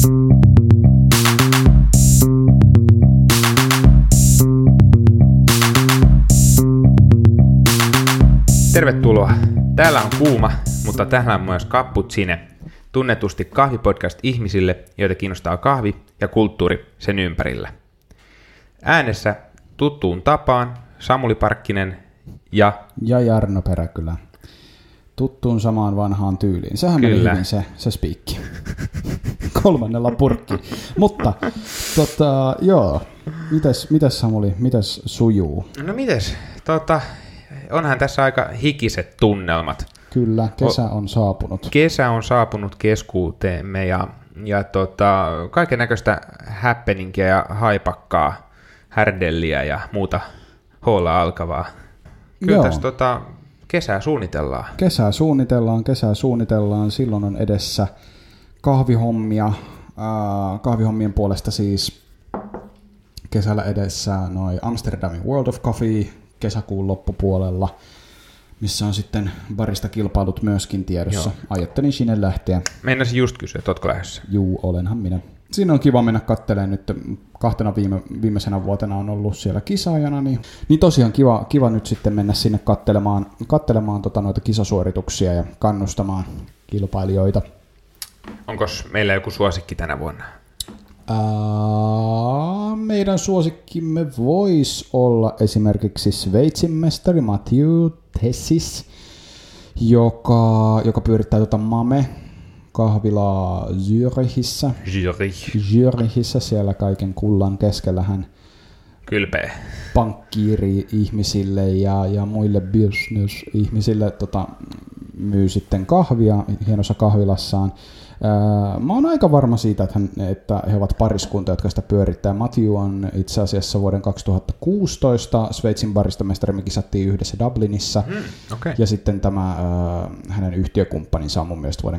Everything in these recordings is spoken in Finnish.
Tervetuloa. Täällä on kuuma, mutta täällä on myös Cappuccine, tunnetusti kahvipodcast ihmisille, joita kiinnostaa kahvi ja kulttuuri sen ympärillä. Äänessä tuttuun tapaan Samuli Parkkinen ja Jarno Peräkylä. Tuttuun samaan vanhaan tyyliin. Sehän meni hyvin se spiikki. 3. purkki. Mutta joo, mites Samuli, mites sujuu? No mites, onhan tässä aika hikiset tunnelmat. Kyllä, kesä on saapunut. Kesä on saapunut keskuuteemme ja kaiken näköistä happeningia ja haipakkaa, härdelliä ja muuta hoolla alkavaa. Kyllä tässä kesää suunnitellaan. Kesää suunnitellaan. Silloin on edessä kahvihommia. Kahvihommien puolesta siis kesällä edessä noi Amsterdamin World of Coffee kesäkuun loppupuolella, missä on sitten barista kilpailut myöskin tiedossa. Joo. Ajattelin sinne lähteä. Meinasin just kysyä, että ootko lähdössä? Juu, olenhan minä. Siinä on kiva mennä katselemaan nyt. 2 viimeisenä vuotena on ollut siellä kisaajana, niin tosiaan kiva nyt sitten mennä sinne katselemaan noita kisasuorituksia ja kannustamaan kilpailijoita. Onko meillä joku suosikki tänä vuonna? Meidän suosikkimme voisi olla esimerkiksi Sveitsin mestari Mathieu Tessis, joka pyörittää Mame kahvilaa Zürichissä, siellä kaiken kullan keskellä hän kylpeä pankkiiri-ihmisille ja muille business-ihmisille myy sitten kahvia hienossa kahvilassaan. Mä oon aika varma siitä, että he ovat pariskunta, jotka sitä pyörittää. Matthew on itse asiassa vuoden 2016 Sveitsin baristamestari, me kisattiin yhdessä Dublinissa. Okay. Ja sitten tämä hänen yhtiökumppaninsa on mun mielestä vuoden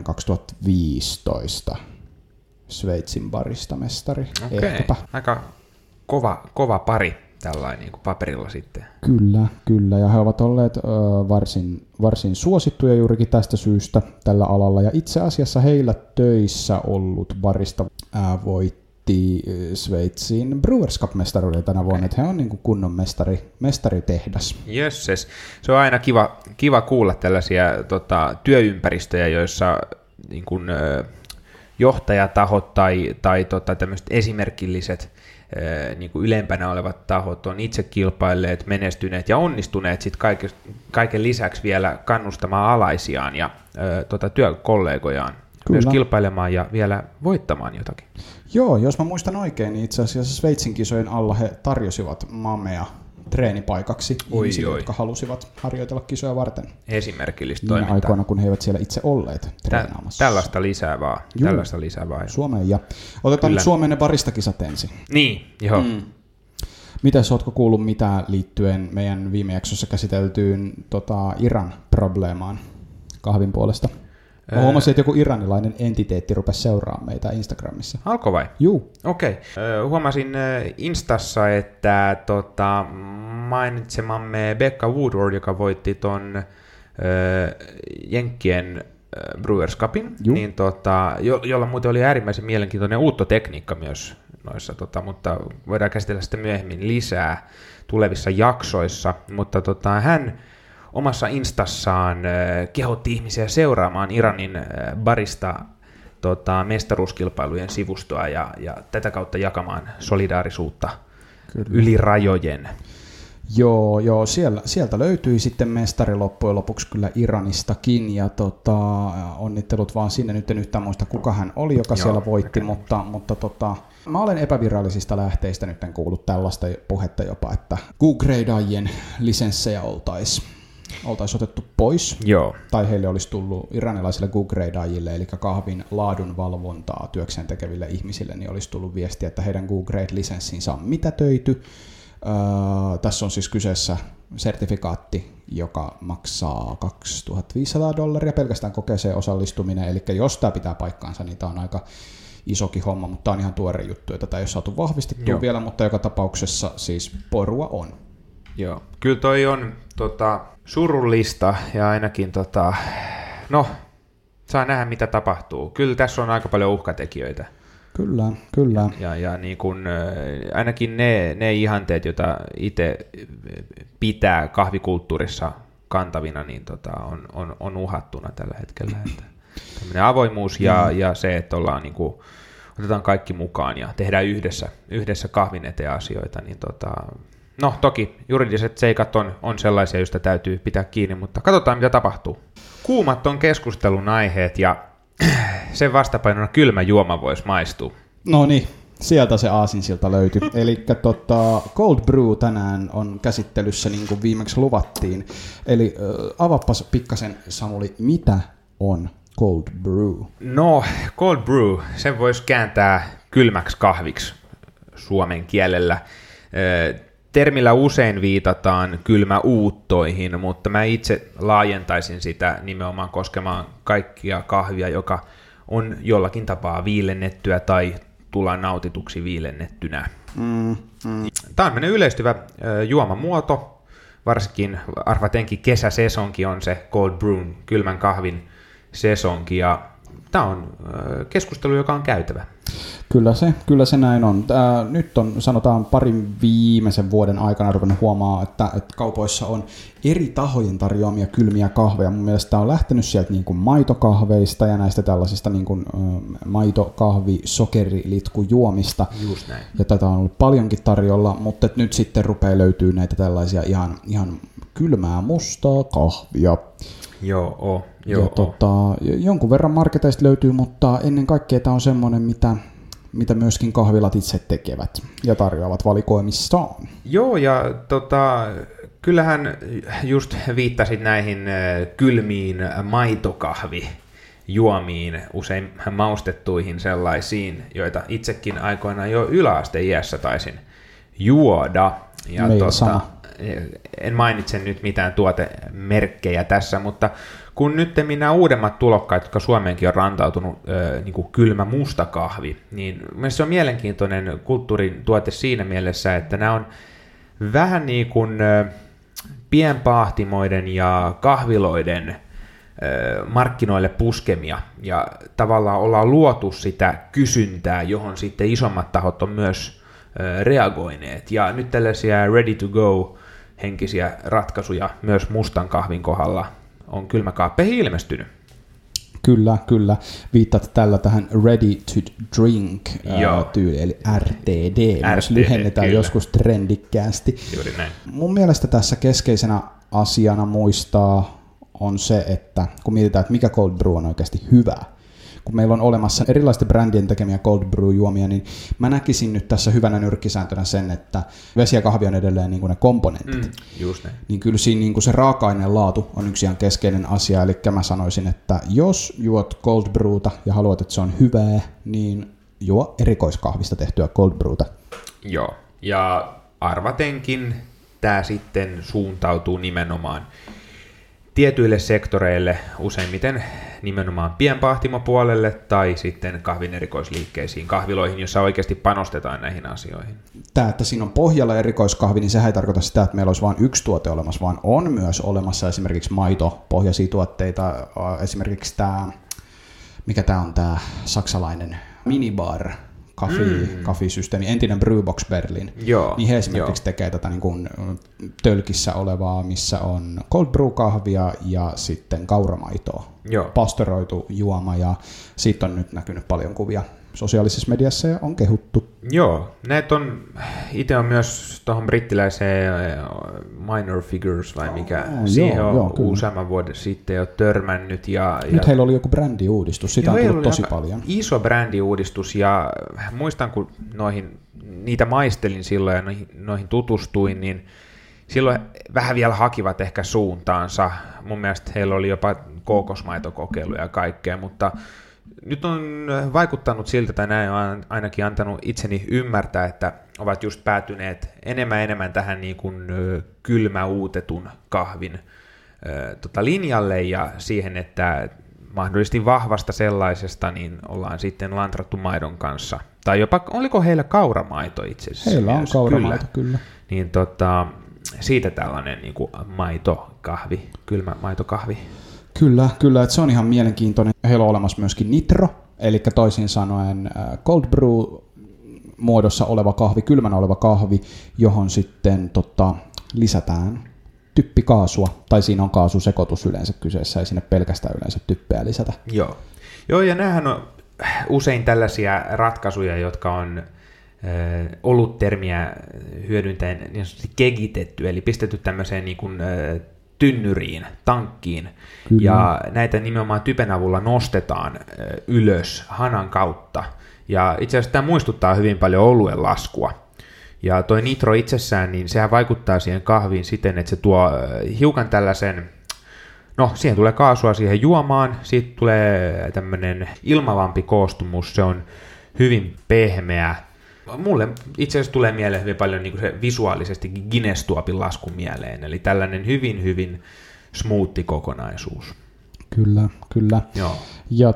2015 Sveitsin baristamestari. Okei, aika kova pari tällainen niin kuin paperilla sitten. Kyllä, ja he ovat olleet varsin suosittuja juurikin tästä syystä tällä alalla, ja itse asiassa heillä töissä ollut barista voitti Sveitsin Brewers Cup-mestaruuden tänä vuonna, että he on niin kuin kunnon mestaritehdas. Jösses, se on aina kiva kuulla tällaisia työympäristöjä, joissa niin kuin, johtajatahot tai tämmöiset esimerkilliset niin kuin ylempänä olevat tahot on itse kilpailleet, menestyneet ja onnistuneet sit kaiken lisäksi vielä kannustamaan alaisiaan ja työkollegojaan myös kilpailemaan ja vielä voittamaan jotakin. Joo, jos mä muistan oikein, niin itse asiassa Sveitsin kisojen alla he tarjosivat Mamea treenipaikaksi ihmisille, jotka halusivat harjoitella kisoja varten. Esimerkillistä toimintaa. Aikoina, kun he eivät siellä itse olleet treenaamassa. Tällaista lisää vaan. Suomeen ja otetaan nyt Suomeen ne baristakisat ensin. Niin, joo. Mitäs, ootko kuullut mitään liittyen meidän viime jaksossa käsiteltyyn Iran-probleemaan kahvin puolesta? Mä huomasin, että joku iranilainen entiteetti rupesi seuraamaan meitä Instagramissa. Alko vai? Juu. Okei. Huomasin Instassa, että mainitsemamme Becca Woodward, joka voitti ton Jenkkien Brewers Cupin, niin jolla muuten oli äärimmäisen mielenkiintoinen uuttotekniikka myös noissa, mutta voidaan käsitellä sitä myöhemmin lisää tulevissa jaksoissa, mutta hän omassa instassaan kehotti ihmisiä seuraamaan Iranin barista mestaruuskilpailujen sivustoa ja tätä kautta jakamaan solidaarisuutta yli rajojen. Joo, sieltä löytyi sitten mestari loppujen lopuksi kyllä Iranistakin, ja onnittelut vaan sinne, nyt en yhtään muista kuka hän oli, joka siellä voitti, mutta mä olen epävirallisista lähteistä nyt kuullut tällaista puhetta jopa, että Q-gradeajien lisenssejä oltaisiin otettu pois, tai heille olisi tullut iranilaisille Q-gradeajille, eli kahvin laadunvalvontaa työkseen tekeville ihmisille, niin olisi tullut viestiä, että heidän Q-grade-lisenssinsä on mitätöity. Tässä on siis kyseessä sertifikaatti, joka maksaa $2,500 pelkästään kokeeseen osallistuminen, eli jos tämä pitää paikkaansa, niin tämä on aika isokin homma, mutta tämä on ihan tuore juttu, että tätä ei ole saatu vahvistettua vielä, mutta joka tapauksessa siis porua on. Joo, kyllä toi on surullista ja ainakin saa nähdä mitä tapahtuu. Kyllä tässä on aika paljon uhkatekijöitä. Kyllä. Ja niin kun, ainakin ne ihanteet, joita itse pitää kahvikulttuurissa kantavina, niin on uhattuna tällä hetkellä. Että tämmöinen avoimuus ja se, että ollaan niin kuin, otetaan kaikki mukaan ja tehdään yhdessä kahvin eteen asioita, niin no toki juridiset seikat on sellaisia, joista täytyy pitää kiinni, mutta katsotaan mitä tapahtuu. Kuumat on keskustelun aiheet ja sen vastapainona kylmä juoma voisi maistua. No niin, sieltä se aasinsilta löytyi. Eli Cold Brew tänään on käsittelyssä niin kuin viimeksi luvattiin. Eli avaapas pikkasen, Samuli, mitä on Cold Brew? No, Cold Brew, sen voisi kääntää kylmäksi kahviksi suomen kielellä. Termillä usein viitataan kylmäuuttoihin, mutta mä itse laajentaisin sitä nimenomaan koskemaan kaikkia kahvia, joka on jollakin tapaa viilennettyä tai tullaan nautituksi viilennettynä. Tämä on meidän yleistyvä juomamuoto, varsinkin arvatenkin kesäsesonki on se Cold Brewn, kylmän kahvin sesonki, ja tämä on keskustelu, joka on käytävä. Kyllä se näin on. Nyt on, sanotaan, parin viimeisen vuoden aikana ruvennut huomaa, että kaupoissa on eri tahojen tarjoamia kylmiä kahveja. Mun mielestä tämä on lähtenyt sieltä niin kuin maitokahveista ja näistä tällaisista niin kuin maitokahvi, sokerilitkujuomista. Just näin. Ja tätä on ollut paljonkin tarjolla, mutta nyt sitten rupeaa löytyy näitä tällaisia ihan kylmää mustaa kahvia. Joo. Jonkun verran marketeista löytyy, mutta ennen kaikkea tämä on semmoinen, mitä myöskin kahvilat itse tekevät ja tarjoavat valikoimissaan. Joo, ja kyllähän just viittasit näihin kylmiin maitokahvijuomiin, usein maustettuihin sellaisiin, joita itsekin aikoinaan jo yläasteiässä taisin juoda. Ja en mainitse nyt mitään tuotemerkkejä tässä, mutta kun nyt nämä uudemmat tulokkaat, jotka Suomeenkin on rantautunut, niin kuin kylmä musta kahvi, niin mielestäni se on mielenkiintoinen kulttuurin tuote siinä mielessä, että nämä on vähän niin kuin pienpahtimoiden ja kahviloiden markkinoille puskemia, ja tavallaan ollaan luotu sitä kysyntää, johon sitten isommat tahot on myös reagoineet, ja nyt tällaisia ready to go henkisiä ratkaisuja myös mustan kahvin kohdalla on kylmäkaappeihin ilmestynyt. Kyllä. Viittaat tällä tähän ready to drink tyyli, eli RTD, myös lyhennetään kyllä. Joskus trendikkäästi. Juuri näin. Mun mielestä tässä keskeisenä asiana muistaa on se, että kun mietitään, että mikä cold brew on oikeasti hyvää, kun meillä on olemassa erilaisten brändien tekemiä cold brew-juomia, niin mä näkisin nyt tässä hyvänä nyrkkisääntönä sen, että vesi ja kahvi on edelleen niin kuin ne komponentit. Just näin. Niin kyllä siinä niin kuin se raaka-aineen laatu on yksi ihan keskeinen asia, eli mä sanoisin, että jos juot cold brewta ja haluat, että se on hyvää, niin juo erikoiskahvista tehtyä cold brewta. Joo, ja arvatenkin tämä sitten suuntautuu nimenomaan tietyille sektoreille, useimmiten nimenomaan pienpahtimopuolelle tai sitten kahvin erikoisliikkeisiin, kahviloihin, jossa oikeasti panostetaan näihin asioihin. Tämä, että siinä on pohjalla erikoiskahvi, niin sehän ei tarkoita sitä, että meillä olisi vain yksi tuote olemassa, vaan on myös olemassa esimerkiksi maitopohjaisia tuotteita, esimerkiksi tämä, mikä tämä on tämä saksalainen minibar, kahvisysteemi, entinen Brewbox Berlin, niin he esimerkiksi tekee tätä niin kuin tölkissä olevaa, missä on cold brew kahvia ja sitten kauramaitoa, pastoroitu juoma, ja siitä on nyt näkynyt paljon kuvia sosiaalisessa mediassa ja on kehuttu. Joo, näitä on, itse on myös tuohon brittiläiseen Minor Figures vai mikä, siihen on useamman vuoden sitten jo törmännyt. Nyt heillä oli joku brändiuudistus, sitä on tullut tosi paljon. Iso brändiuudistus, ja muistan kun niitä maistelin silloin ja noihin tutustuin, niin silloin vähän vielä hakivat ehkä suuntaansa. Mun mielestä heillä oli jopa kookosmaitokokeiluja ja kaikkea, mutta nyt on vaikuttanut siltä, tai näin on ainakin antanut itseni ymmärtää, että ovat just päätyneet enemmän tähän niin kuin kylmäuutetun kahvin linjalle ja siihen, että mahdollisesti vahvasta sellaisesta niin ollaan sitten lantrattu maidon kanssa. Tai jopa, oliko heillä kauramaito itse asiassa? Heillä on kauramaito, kyllä. Niin siitä tällainen niin kuin maitokahvi, kylmä maitokahvi. Kyllä, että se on ihan mielenkiintoinen. Heillä on olemassa myöskin nitro, Eli toisin sanoen cold brew muodossa oleva kahvi, kylmänä oleva kahvi, johon sitten lisätään typpikaasua, tai siinä on kaasusekoitus yleensä kyseessä, ei sinne pelkästään yleensä typpeä lisätä. Joo, ja näähän on usein tällaisia ratkaisuja, jotka on oluttermiä hyödyntäen niin sanotusti kegitetty, eli pistetty tämmöiseen niin kuin, tynnyriin, tankkiin, kyllä. Ja näitä nimenomaan typen avulla nostetaan ylös hanan kautta, ja itse asiassa tämä muistuttaa hyvin paljon oluen laskua. Ja toi nitro itsessään, niin sehän vaikuttaa siihen kahviin siten, että se tuo hiukan tällaisen, siihen tulee kaasua siihen juomaan, siitä tulee tämmöinen ilmavampi koostumus, se on hyvin pehmeä. Mulle itse asiassa tulee mieleen hyvin paljon niin kuin se visuaalisesti Guinness-tuopin lasku mieleen, eli tällainen hyvin, hyvin smoothi kokonaisuus. Kyllä. Joo. Ja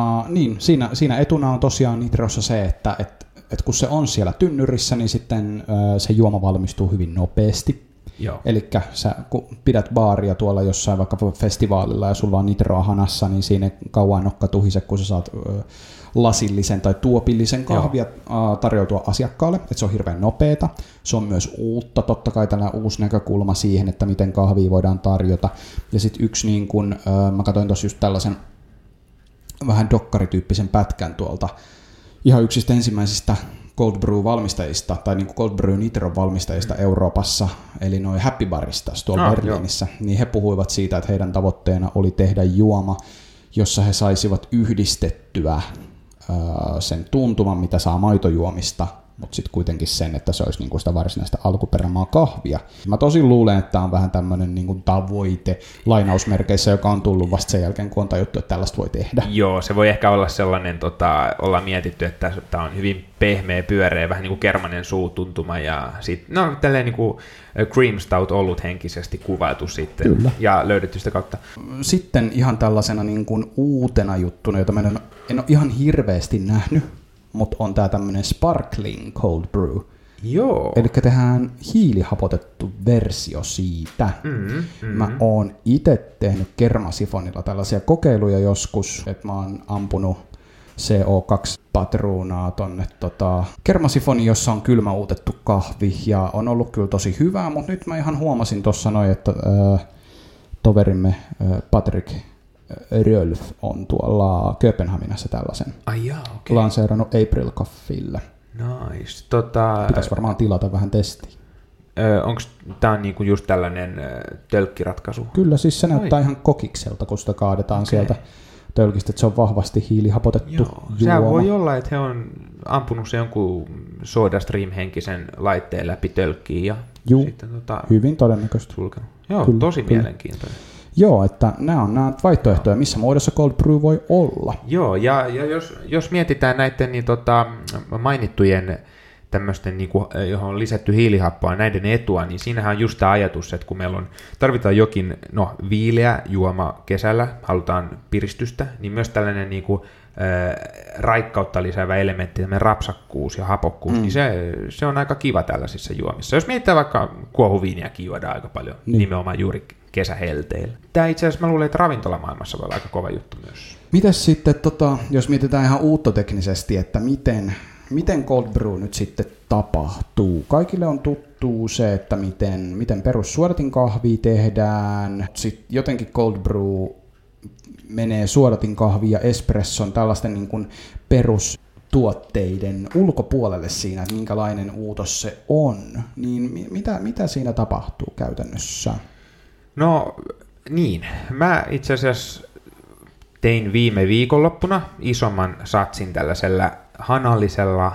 siinä etuna on tosiaan nitrossa se, että kun se on siellä tynnyrissä, niin sitten se juoma valmistuu hyvin nopeasti. Eli sä kun pidät baaria tuolla jossain vaikka festivaalilla ja sulla on nitroa hanassa, niin siinä kauan nokka tuhise, kun sä saat lasillisen tai tuopillisen kahvia tarjoutua asiakkaalle, että se on hirveän nopeata. Se on myös uutta, totta kai tällainen uusi näkökulma siihen, että miten kahvia voidaan tarjota. Ja sitten yksi, niin kun, mä katsoin tuossa just tällaisen vähän dokkarityyppisen pätkän tuolta ihan yksistä ensimmäisistä cold brew-valmistajista, tai niin kuin cold brew nitron valmistajista Euroopassa, eli noin Happy Baristas tuolla Berliinissä, niin he puhuivat siitä, että heidän tavoitteena oli tehdä juoma, jossa he saisivat yhdistettyä sen tuntuman, mitä saa maitojuomista, mutta sitten kuitenkin sen, että se olisi niinku sitä varsinaista alkuperämaa kahvia. Mä tosin luulen, että tämä on vähän tämmöinen niinku tavoite lainausmerkeissä, joka on tullut vasta sen jälkeen, kun on tajuttu, että tällaista voi tehdä. Joo, se voi ehkä olla sellainen, ollaan mietitty, että tämä on hyvin pehmeä, pyöreä, vähän niin kuin kermanen suutuntuma, ja sitten, tälleen niin kuin cream stout ollut henkisesti kuvailtu sitten, kyllä. Ja löydetty sitä kautta. Sitten ihan tällaisena niin kuin uutena juttuna, jota mä en ole ihan hirveästi nähnyt, mutta on tää tämmönen sparkling cold brew. Joo. Eli tehdään hiilihapotettu versio siitä. Mä oon itse tehnyt kermasifonilla tällaisia kokeiluja joskus, että mä oon ampunut CO2-patruunaa tonne kermasifoni, jossa on kylmäuutettu kahvi, ja on ollut kyllä tosi hyvää, mutta nyt mä ihan huomasin tuossa noin, että toverimme Patrick Rölf on tuolla Kööpenhaminassa tällaisen lanseerannut April Coffeelle. Nice. Pitäisi varmaan tilata vähän testiä. Onko tämä niinku just tällainen tölkkiratkaisu? Kyllä, siis se näyttää ihan kokikselta, kun sitä kaadetaan sieltä tölkistä, että se on vahvasti hiilihapotettu juoma. Sehän voi olla, että he on ampunut se jonkun SodaStream-henkisen laitteen läpi tölkkiin ja sitten hyvin todennäköisesti. Sulkenut. Joo, kyllä, tosi mielenkiintoinen. Joo, että nämä on nämä vaihtoehtoja, missä muodossa cold brew voi olla. Joo, ja jos mietitään näiden niin mainittujen tämmöisten, niin kuin, johon on lisätty hiilihappoa, näiden etua, niin siinähän on just tämä ajatus, että kun meillä tarvitaan jokin viileä juoma kesällä, halutaan piristystä, niin myös tällainen niin kuin, raikkautta lisäävä elementti, tämmöinen rapsakkuus ja hapokkuus, niin se on aika kiva tällaisissa juomissa. Jos mietitään vaikka kuohuviiniäkin juodaan aika paljon, nimenomaan juuri kesähelteillä. Tämä itse asiassa mä luulen, että ravintolamaailmassa voi olla aika kova juttu myös. Mites sitten, jos mietitään ihan uuttoteknisesti, että miten cold brew nyt sitten tapahtuu? Kaikille on tuttuu se, että miten perussuodatin kahvia tehdään. Sitten jotenkin cold brew menee suodatin kahvi ja espresson tällaisten niin kuin perustuotteiden ulkopuolelle siinä, että minkälainen uutos se on. Niin mitä siinä tapahtuu käytännössä? No niin, mä itse asiassa tein viime viikonloppuna isomman satsin tällaisella hanallisella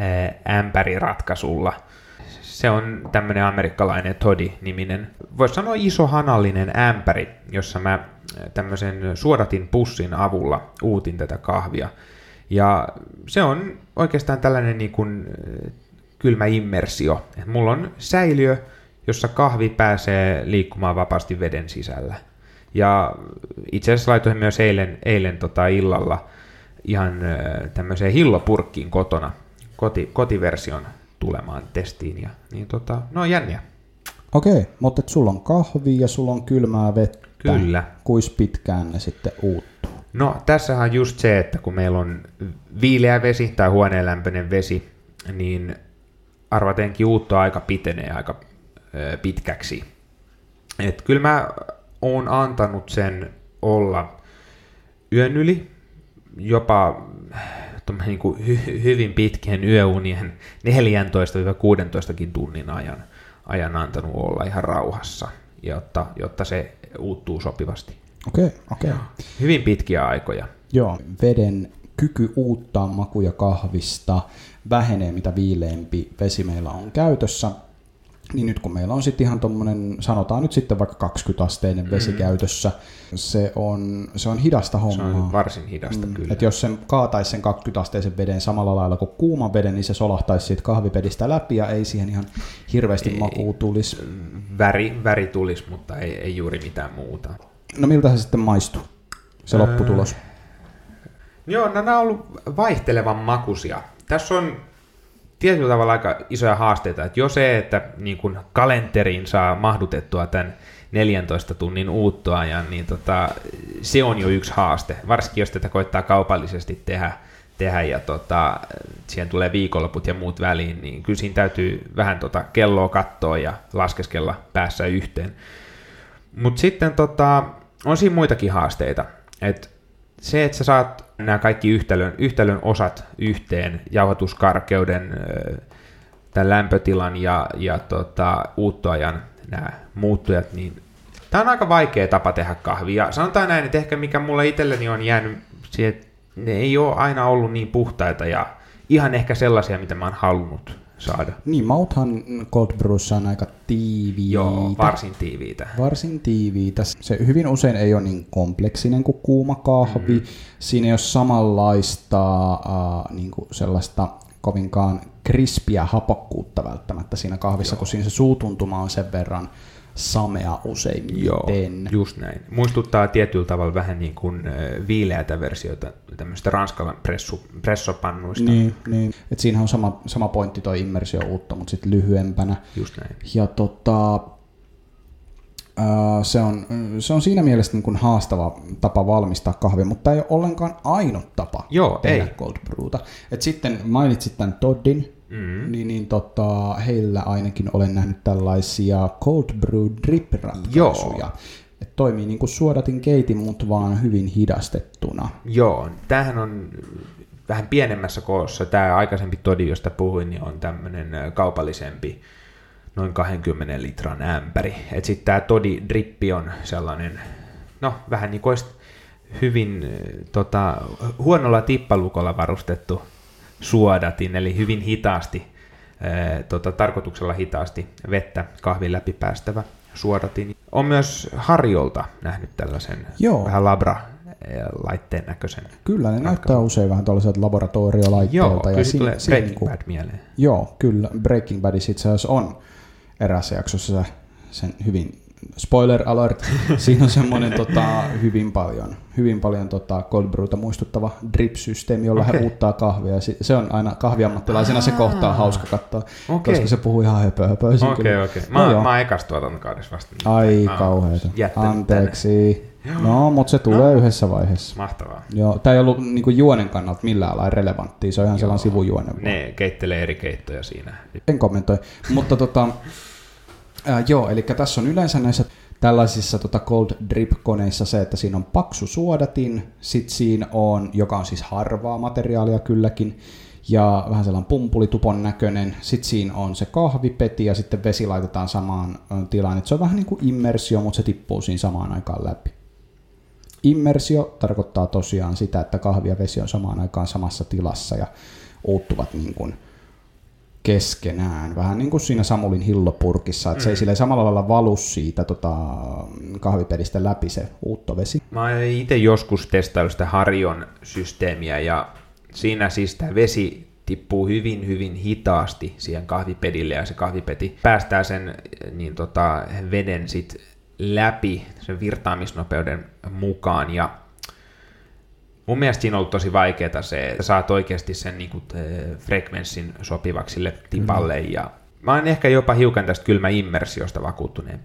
ämpäriratkaisulla. Se on tämmöinen amerikkalainen Toddy-niminen, voisi sanoa iso hanallinen ämpäri, jossa mä tämmöisen suodatin pussin avulla uutin tätä kahvia. Ja se on oikeastaan tällainen niin kuin kylmä immersio. Mulla on säiliö, jossa kahvi pääsee liikkumaan vapaasti veden sisällä. Ja itse asiassa laitoin myös eilen illalla ihan tämmöiseen hillopurkkiin kotona kotiversion tulemaan testiin. Ja, niin no jänniä. Okei, mutta sulla on kahvi ja sulla on kylmää vettä. Kyllä. Kuis pitkään ne sitten uuttuu? No tässähän on just se, että kun meillä on viileä vesi tai huoneenlämpöinen vesi, niin arvatenkin uuttoaika pitenee aika pitkäksi. Et kyllä mä oon antanut sen olla yön yli, jopa niin kuin hyvin pitkien yöunien 14-16 tunnin ajan antanut olla ihan rauhassa, jotta se uuttuu sopivasti. Okei. Hyvin pitkiä aikoja. Joo, veden kyky uuttaa makuja kahvista vähenee, mitä viileämpi vesi meillä on käytössä. Niin nyt kun meillä on sitten ihan tommonen, sanotaan nyt sitten vaikka 20-asteinen vesi käytössä, se on hidasta hommaa. Se on varsin hidasta kyllä. Et jos sen kaataisi sen 20-asteisen veden samalla lailla kuin kuuman veden, niin se solahtaisi siitä kahvipedistä läpi ja ei siihen ihan hirveästi makuu tulisi. Väri tulisi, mutta ei juuri mitään muuta. No miltä se sitten maistuu, se lopputulos? Joo, no nämä on ollut vaihtelevan makuisia. Tässä on tietyllä tavalla aika isoja haasteita, että jo se, että niin kun kalenteriin saa mahdutettua tämän 14 tunnin uuttoajan, niin se on jo yksi haaste, varsinkin jos tätä koittaa kaupallisesti tehdä ja siihen tulee viikonloput ja muut väliin, niin kyllä siinä täytyy vähän kelloa katsoa ja laskeskella päässä yhteen. Mutta sitten on siinä muitakin haasteita, että se, että sä saat nämä kaikki yhtälön osat yhteen, jauhatuskarkeuden, tämän lämpötilan ja uuttoajan nämä muuttujat, niin tämä on aika vaikea tapa tehdä kahvia. Sanotaan näin, että ehkä mikä mulle itselleni on jäänyt siihen, että ne ei ole aina ollut niin puhtaita ja ihan ehkä sellaisia, mitä mä oon halunnut saada. Niin, mauthan cold brewssa on aika tiiviitä. Joo, varsin tiiviitä. Se hyvin usein ei ole niin kompleksinen kuin kuuma kahvi. Siinä ei ole samanlaista niin kuin sellaista kovinkaan krispiä hapokkuutta välttämättä siinä kahvissa, kun siinä se suutuntuma on sen verran samea useimmiten. Joo, just näin. Muistuttaa tietyllä tavalla vähän niin kuin viileätä versiota tämmöistä Ranskalan pressopannuista. Niin. Et siinähän on sama pointti toi immersio uutta, mutta sitten lyhyempänä. Just näin. Ja se on siinä mielessä niin kuin haastava tapa valmistaa kahvia, mutta ei ole ollenkaan ainut tapa tehdä cold brewta. Et sitten mainitsit tämän Toddin, niin heillä ainakin olen nähnyt tällaisia cold brew drip-ratkaisuja. Et toimii niin kuin suodatin keitin, mutta vaan hyvin hidastettuna. Joo, tämähän on vähän pienemmässä koossa. Tämä aikaisempi Toddi, josta puhuin, niin on tämmöinen kaupallisempi, noin 20 litran ämpäri. Sitten tämä Toddi drippi on sellainen, no vähän niin kuin hyvin huonolla tippalukolla varustettu suodatin, eli hyvin hitaasti, tarkoituksella hitaasti vettä kahvin läpi päästävä suodatin. On myös Harjolta nähnyt tällaisen vähän labra-laitteen näköisen. Kyllä, ne näyttää usein vähän tällaiset laboratoriolaitteilta. Joo, kyllä tulee Breaking Bad mieleen. Joo, kyllä. Breaking Badissa itse asiassa on erässä jaksossa sen hyvin, spoiler alert, siinä on semmoinen hyvin paljon cold brewta muistuttava drip-systeemi, jolla he uuttaa kahvia. Se on aina kahviammattilaisena se kohtaa hauska katsoa, koska se puhuu ihan höpöhöpöisin. Okei. Mä oon ekas tuotantokaudessa vasta. Ai kauheeta. Anteeksi. No, mutta se tulee yhdessä vaiheessa. Mahtavaa. Joo, tämä ei ollut niinku juonen kannalta millään lailla relevanttia, se on ihan sellainen sivujuone. Ne keittelee eri keittoja siinä. En kommentoi, mutta eli tässä on yleensä näissä tällaisissa cold drip-koneissa se, että siinä on paksu suodatin, sitten siinä on, joka on siis harvaa materiaalia kylläkin, ja vähän sellainen pumpulitupon näköinen, sitten siinä on se kahvipeti ja sitten vesi laitetaan samaan tilaan, että se on vähän niin kuin immersio, mutta se tippuu siinä samaan aikaan läpi. Immersio tarkoittaa tosiaan sitä, että kahvi ja vesi on samaan aikaan samassa tilassa ja uuttuvat niin kuin keskenään, vähän niin kuin siinä Samulin hillopurkissa, että se ei silleen samalla lailla valu siitä kahvipedistä läpi se uuttovesi. Mä oon itse joskus testaillut sitä Harjon systeemiä ja siinä siis tämä vesi tippuu hyvin, hyvin hitaasti siihen kahvipedille ja se kahvipeti päästää sen veden sit läpi sen virtaamisnopeuden mukaan ja mun mielestä siinä on ollut tosi vaikeaa se, että saat oikeasti sen frekvenssin sopivaksi sille tipalle ja mä oon ehkä jopa hiukan tästä kylmä immersiosta vakuuttuneempi kuin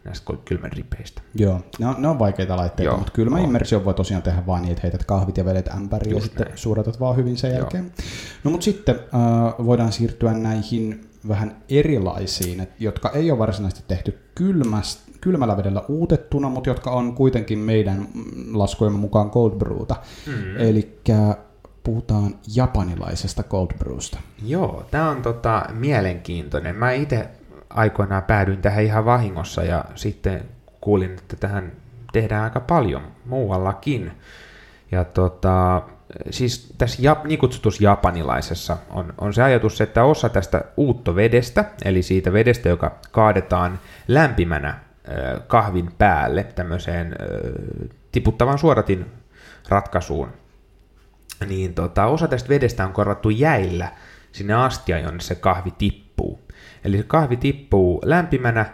näistä kylmän ripeistä. Joo, ne on vaikeita laitteita, mutta kylmä immersio voi tosiaan tehdä vaan niin, että heität kahvit ja vedet ämpäriin ja sitten suodatat vaan hyvin sen jälkeen. No mutta sitten voidaan siirtyä näihin vähän erilaisiin, jotka ei ole varsinaisesti tehty kylmällä vedellä uutettuna, mutta jotka on kuitenkin meidän laskujemme mukaan cold brewta. Eli puhutaan japanilaisesta cold brewsta. Joo, tämä on mielenkiintoinen. Mä itse aikoinaan päädyin tähän ihan vahingossa ja sitten kuulin, että tähän tehdään aika paljon muuallakin. Ja siis tässä niin kutsutussa japanilaisessa on se ajatus, että osa tästä uuttovedestä, eli siitä vedestä, joka kaadetaan lämpimänä kahvin päälle tämmöiseen tiputtavan suodatin ratkaisuun, niin osa tästä vedestä on korvattu jäillä sinne astiaan, jonne se kahvi tippuu. Eli se kahvi tippuu lämpimänä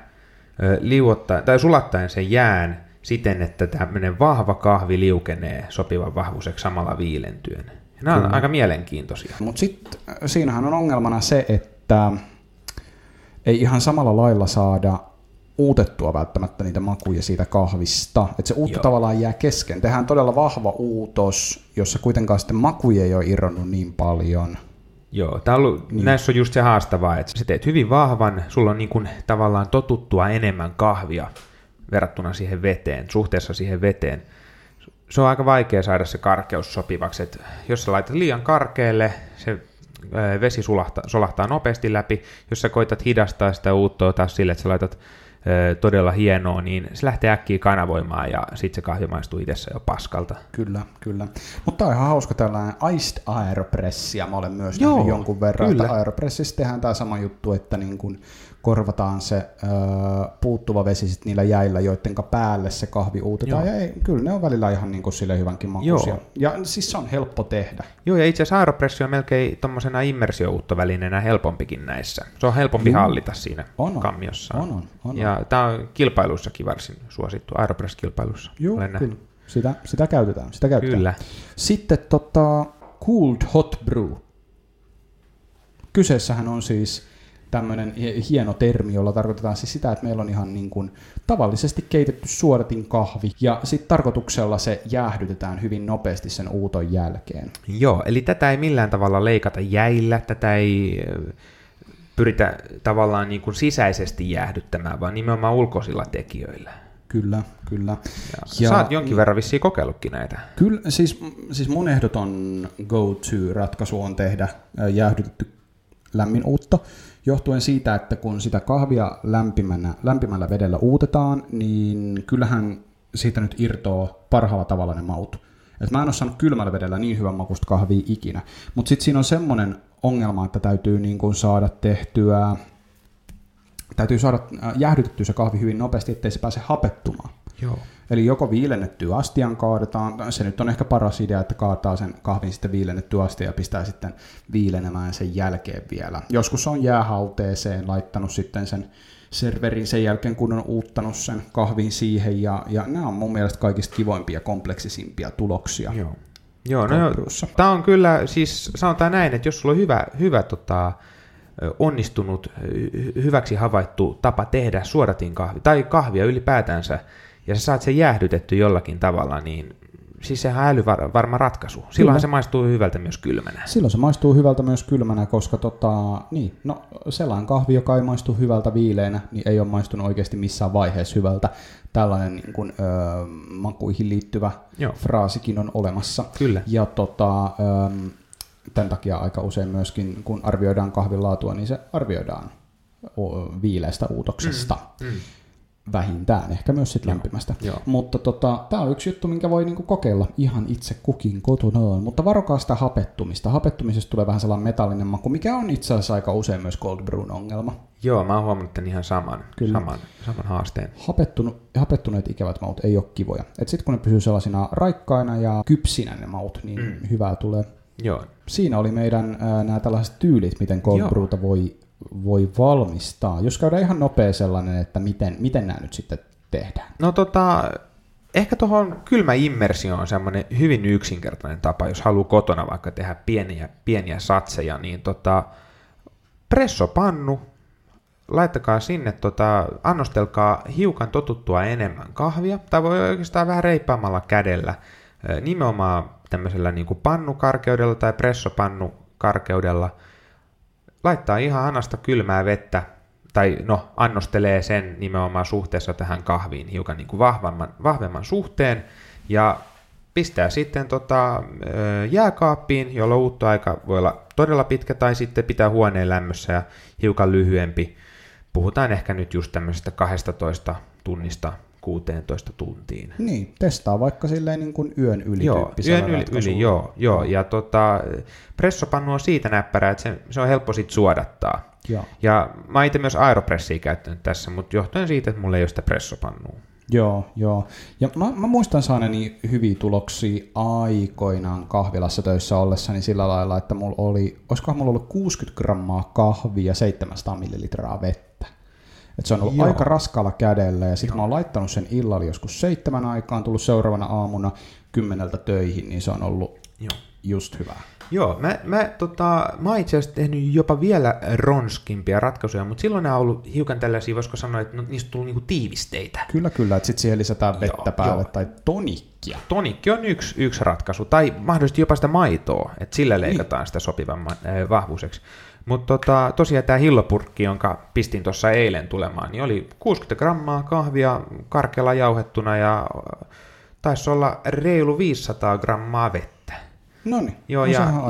sulattaen sen jään siten, että tämmöinen vahva kahvi liukenee sopivan vahvuiseksi samalla viilentyen. Nämä on aika mielenkiintoisia. Mutta sitten siinähän on ongelmana se, että ei ihan samalla lailla saada uutettua välttämättä niitä makuja siitä kahvista. Että se uutto tavallaan jää kesken. Tehdään todella vahva uutos, jossa kuitenkaan sitten makuja ei ole irronnut niin paljon. Joo, näissä on just se haastavaa, että sä teet hyvin vahvan, sulla on niin kuin tavallaan totuttua enemmän kahvia verrattuna siihen veteen, suhteessa siihen veteen. Se on aika vaikea saada se karkeus sopivaksi, että jos sä laitat liian karkealle, se vesi solahtaa nopeasti läpi. Jos sä koitat hidastaa sitä uuttoa taas sille, että sä laitat todella hienoa, niin se lähtee äkkiä kanavoimaan ja sitten se kahvi maistuu itsessä jo paskalta. Kyllä. Mutta on ihan hauska tällainen iced aeropressia. Mä olen myös nähnyt jonkun verran, että aeropressissa tehdään tämä sama juttu, että niin kun korvataan se puuttuva vesi sit niillä jäillä, joidenka päälle se kahvi uutetaan. Ja kyllä ne on välillä ihan niin kuin sille hyvänkin makuisia. Ja siis se on helppo tehdä. Joo, ja itse asiassa aeropressi on melkein tommosena immersiouuttovälineenä helpompikin näissä. Se on helpompi hallita siinä kammiossa. On. Ja tämä on kilpailuissakin varsin suosittu, aeropress-kilpailussa. Joo, kyllä. Sitä käytetään. Kyllä. Sitten cooled hot brew. Kyseessähän on siis tämmöinen hieno termi, jolla tarkoitetaan siis sitä, että meillä on ihan niin kuin tavallisesti keitetty suodatin kahvi, ja sitten tarkoituksella se jäähdytetään hyvin nopeasti sen uuton jälkeen. Joo, eli tätä ei millään tavalla leikata jäillä, tätä ei pyritä tavallaan niin kuin sisäisesti jäähdyttämään, vaan nimenomaan ulkoisilla tekijöillä. Kyllä. Ja sä oot jonkin verran vissiin kokeillutkin näitä. Kyllä, siis mun ehdoton go-to-ratkaisu on tehdä jäähdytetty lämmin uutto, johtuen siitä, että kun sitä kahvia lämpimällä vedellä uutetaan, niin kyllähän siitä nyt irtoaa parhaalla tavalla ne maut. Et mä en ole saanut kylmällä vedellä niin hyvän makusta kahvia ikinä, mutta sitten siinä on semmoinen ongelma, että täytyy niin kuin saada jäähdytettyä se kahvi hyvin nopeasti, ettei se pääse hapettumaan. Joo. Eli joko viilennettyä astian kaadetaan, se nyt on ehkä paras idea, että kaataa sen kahvin sitten viilennettyä astian ja pistää sitten viilenemään sen jälkeen vielä. Joskus on jäähauteeseen laittanut sitten sen serverin sen jälkeen, kun on uuttanut sen kahvin siihen, ja nämä on mun mielestä kaikista kivoimpia, kompleksisimpia tuloksia. Joo, tämä on kyllä, siis sanotaan näin, että jos sulla on hyvä onnistunut, hyväksi havaittu tapa tehdä suodatin kahvi, tai kahvia ylipäätänsä, ja sä saat sen jäähdytetty jollakin tavalla, niin siis sehän on älyvarma ratkaisu. Silloinhan se maistuu hyvältä myös kylmänä. Silloin se maistuu hyvältä myös kylmänä, koska sellainen kahvi, joka ei maistu hyvältä viileänä, niin ei ole maistunut oikeasti missään vaiheessa hyvältä. Tällainen niin kuin, makuihin liittyvä fraasikin on olemassa. Kyllä. Ja tämän takia aika usein myöskin, kun arvioidaan kahvin laatua, niin se arvioidaan viileästä uutoksesta. Vähintään, ehkä myös sitten lämpimästä. Mutta tämä on yksi juttu, minkä voi niinku kokeilla ihan itse kukin kotonaan. Mutta varokaa sitä hapettumista. Hapettumisesta tulee vähän sellainen metallinen maku, mikä on itse asiassa aika usein myös cold brewn ongelma. Joo, mä oon huomannut tämän ihan saman haasteen. Hapettuneet ikävät maut ei ole kivoja. Sitten kun ne pysyy sellaisina raikkaina ja kypsinä ne maut, niin hyvää tulee. Joo. Siinä oli meidän nämä tällaiset tyylit, miten cold brewta voi valmistaa. Jos käydään ihan nopea sellainen, että miten nämä nyt sitten tehdään. No ehkä tuohon kylmä immersio on semmoinen hyvin yksinkertainen tapa, jos haluaa kotona vaikka tehdä pieniä satseja, niin pressopannu, laittakaa sinne, annostelkaa hiukan totuttua enemmän kahvia, tai voi oikeastaan vähän reippaamalla kädellä, nimenomaan tämmöisellä niin kuin pannukarkeudella tai pressopannukarkeudella, laittaa ihan anasta kylmää vettä, tai no, annostelee sen nimenomaan suhteessa tähän kahviin hiukan niin kuin vahvemman suhteen, ja pistää sitten jääkaappiin, jolloin uuttoaika voi olla todella pitkä, tai sitten pitää huoneen lämmössä ja hiukan lyhyempi. Puhutaan ehkä nyt just tämmöisestä 12 tunnista 16 tuntiin. Niin, testaa vaikka silleen niin kuin yön yli. Joo, yön yli, joo. Ja pressopannu on siitä näppärä, että se on helppo sit suodattaa. Joo. Ja mä itse myös Aeropressia käyttänyt tässä, mutta johtuen siitä, että mulla ei ole sitä pressopannua. Joo. Ja mä muistan saaneeni hyviä tuloksia aikoinaan kahvilassa töissä ollessani sillä lailla, että olisikohan mulla ollut 60 grammaa kahvia ja 700 millilitraa vettä. Et se on ollut aika raskaalla kädellä, ja sitten mä oon laittanut sen illalla joskus 7 aikaan, tullut seuraavana aamuna 10 töihin, niin se on ollut just hyvä. Joo, mä oon itse asiassa tehnyt jopa vielä ronskimpia ratkaisuja, mutta silloin nämä on ollut hiukan tällaisia, voisiko sanoa, että niistä tullut niinku tiivisteitä. Kyllä, että sitten siihen lisätään vettä päälle tai tonikkia. Tonikki on yksi ratkaisu, tai mahdollisesti jopa sitä maitoa, että sillä leikataan sitä sopivamman vahvuiseksi. Mutta tosiaan tämä hillopurkki, jonka pistin tuossa eilen tulemaan, niin oli 60 grammaa kahvia karkealla jauhettuna ja taisi olla reilu 500 grammaa vettä. Noniin. Joo,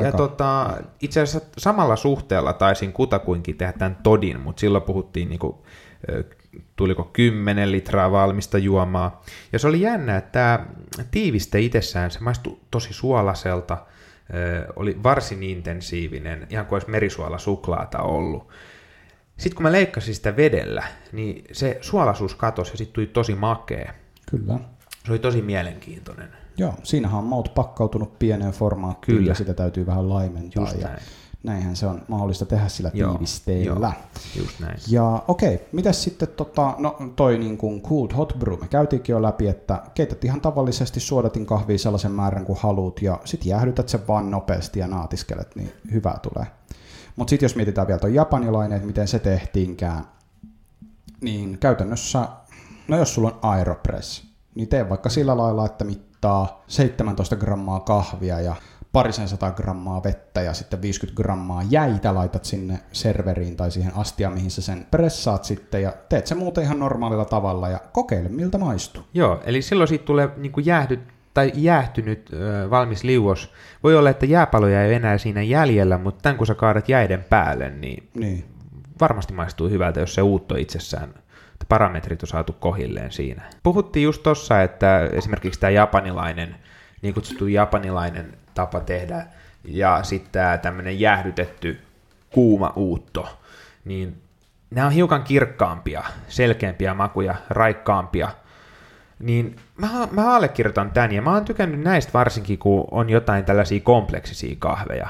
itse asiassa samalla suhteella taisin kutakuinkin tehdä tämän todin, mutta silloin puhuttiin niinku, tuliko 10 litraa valmista juomaa. Ja se oli jännä, että tämä tiiviste itsessään, se maistui tosi suolaiselta, oli varsin intensiivinen, ihan kuin olisi merisuolasuklaata ollut. Sitten kun mä leikkasin sitä vedellä, niin se suolaisuus katosi ja sitten tuli tosi makea. Kyllä. Se oli tosi mielenkiintoinen. Joo, siinähän on maut pakkautunut pieneen formaattiin. Kyllä. Ja sitä täytyy vähän laimentaa. Just näin. Näinhän se on mahdollista tehdä sillä tiivisteellä. Joo, just näin. Ja okei, mitäs sitten toi niin kuin cooled hot brew, me käytiinkin jo läpi, että keität ihan tavallisesti suodatin kahvia sellaisen määrän kuin haluat, ja sit jäähdytät sen vaan nopeasti ja naatiskelet, niin hyvää tulee. Mutta sitten jos mietitään vielä toi japanilainen, että miten se tehtiinkään, niin käytännössä, no jos sulla on Aeropress, niin tee vaikka sillä lailla, että mittaa 17 grammaa kahvia ja 200 grammaa vettä ja sitten 50 grammaa jäitä laitat sinne serveriin tai siihen astiaan, mihin sä sen pressaat sitten ja teet se muuten ihan normaalilla tavalla ja kokeile miltä maistuu. Joo, eli silloin siitä tulee niin kuin jäähtynyt valmis liuos. Voi olla, että jääpaloja ei enää siinä jäljellä, mutta tämän kun sä kaadat jäiden päälle, niin varmasti maistuu hyvältä, jos se uutto itsessään, parametrit on saatu kohilleen siinä. Puhuttiin just tossa, että esimerkiksi tämä japanilainen, niin kutsuttu japanilainen tapa tehdä, ja sitten tämä tämmöinen jäähdytetty kuuma uutto, niin nämä on hiukan kirkkaampia, selkeämpiä makuja, raikkaampia, niin mä allekirjoitan tämän, ja mä oon tykännyt näistä varsinkin, kun on jotain tällaisia kompleksisia kahveja,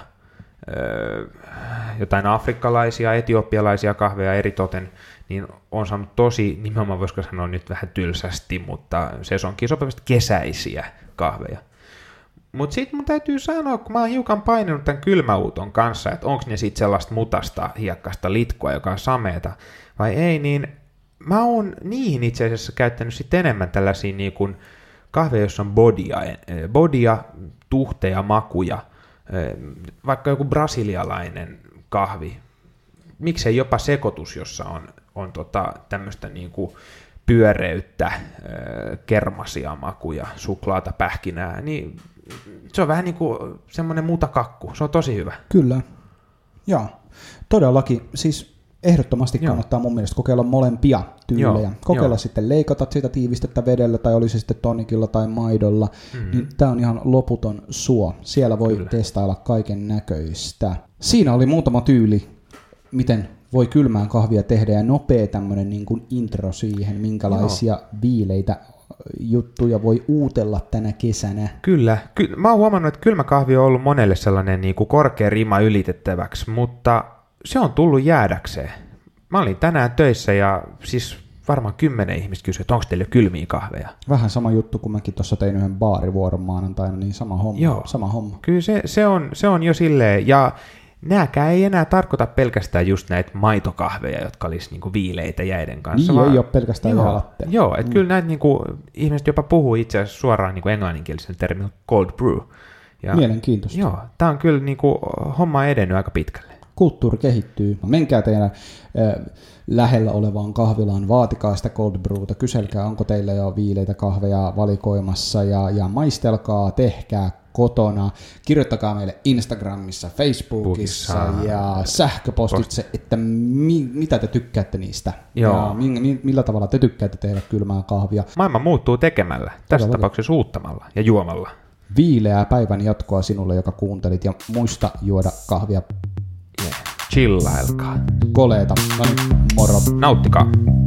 jotain afrikkalaisia, etiopialaisia kahveja eritoten, niin on saanut tosi, nimenomaan voisiko sanoa nyt vähän tylsästi, mutta sesonkin sopivasti kesäisiä kahveja. Mutta sitten mun täytyy sanoa, kun mä oon hiukan painanut tämän kylmäuuton kanssa, että onko ne sitten sellaista mutasta, hiekkasta litkua, joka on sameeta, vai ei, niin mä oon niihin itse asiassa käyttänyt sitten enemmän tällaisia niin kuin kahveja, joissa on bodia, tuhteja, makuja, vaikka joku brasilialainen kahvi, miksei jopa sekoitus, jossa on tämmöistä niin kuin pyöreyttä, kermasia makuja, suklaata, pähkinää, niin se on vähän niin kuin semmoinen mutakakku. Se on tosi hyvä. Kyllä. Joo. Todellakin. Siis ehdottomasti kannattaa mun mielestä kokeilla molempia tyylejä. Kokeilla sitten leikata sitä tiivistettä vedellä tai oli se sitten tonikilla tai maidolla. Niin tää on ihan loputon suo. Siellä voi testailla kaiken näköistä. Siinä oli muutama tyyli, miten voi kylmään kahvia tehdä ja nopea tämmönen niin kuin intro siihen, minkälaisia viileitä juttuja voi uutella tänä kesänä. Kyllä. Mä oon huomannut, että kylmä kahvi on ollut monelle sellainen niin kuin korkea rima ylitettäväksi, mutta se on tullut jäädäkseen. Mä olin tänään töissä ja siis varmaan 10 ihmistä kysyi, että onko teillä kylmiä kahveja. Vähän sama juttu, kun mäkin tuossa tein yhden baarivuoron maanantaina, niin sama homma. Joo. Sama homma. Kyllä se on jo silleen, ja Nääkään ei enää tarkoita pelkästään just näitä maitokahveja, jotka olisi niinku viileitä jäiden kanssa. Niin ei ole pelkästään latte. Joo, että kyllä näitä niinku, ihmiset jopa puhuu itse asiassa suoraan niinku englanninkielisen termin cold brew. Ja, mielenkiintoista. Joo, tämä on kyllä niinku, homma edennyt aika pitkälle. Kulttuuri kehittyy. Menkää teidän lähellä olevaan kahvilaan, vaatikaa sitä cold brewta, kyselkää, onko teillä jo viileitä kahveja valikoimassa ja maistelkaa, tehkää kotona. Kirjoittakaa meille Instagramissa, Facebookissa ja sähköpostitse, että mitä te tykkäätte niistä. Joo. Ja millä tavalla te tykkäätte tehdä kylmää kahvia. Maailma muuttuu tekemällä, tässä tapauksessa uuttamalla ja juomalla. Viileää päivän jatkoa sinulle, joka kuuntelit, ja muista juoda kahvia. Chillailkaa. Koleeta. No niin, moro. Nauttikaa.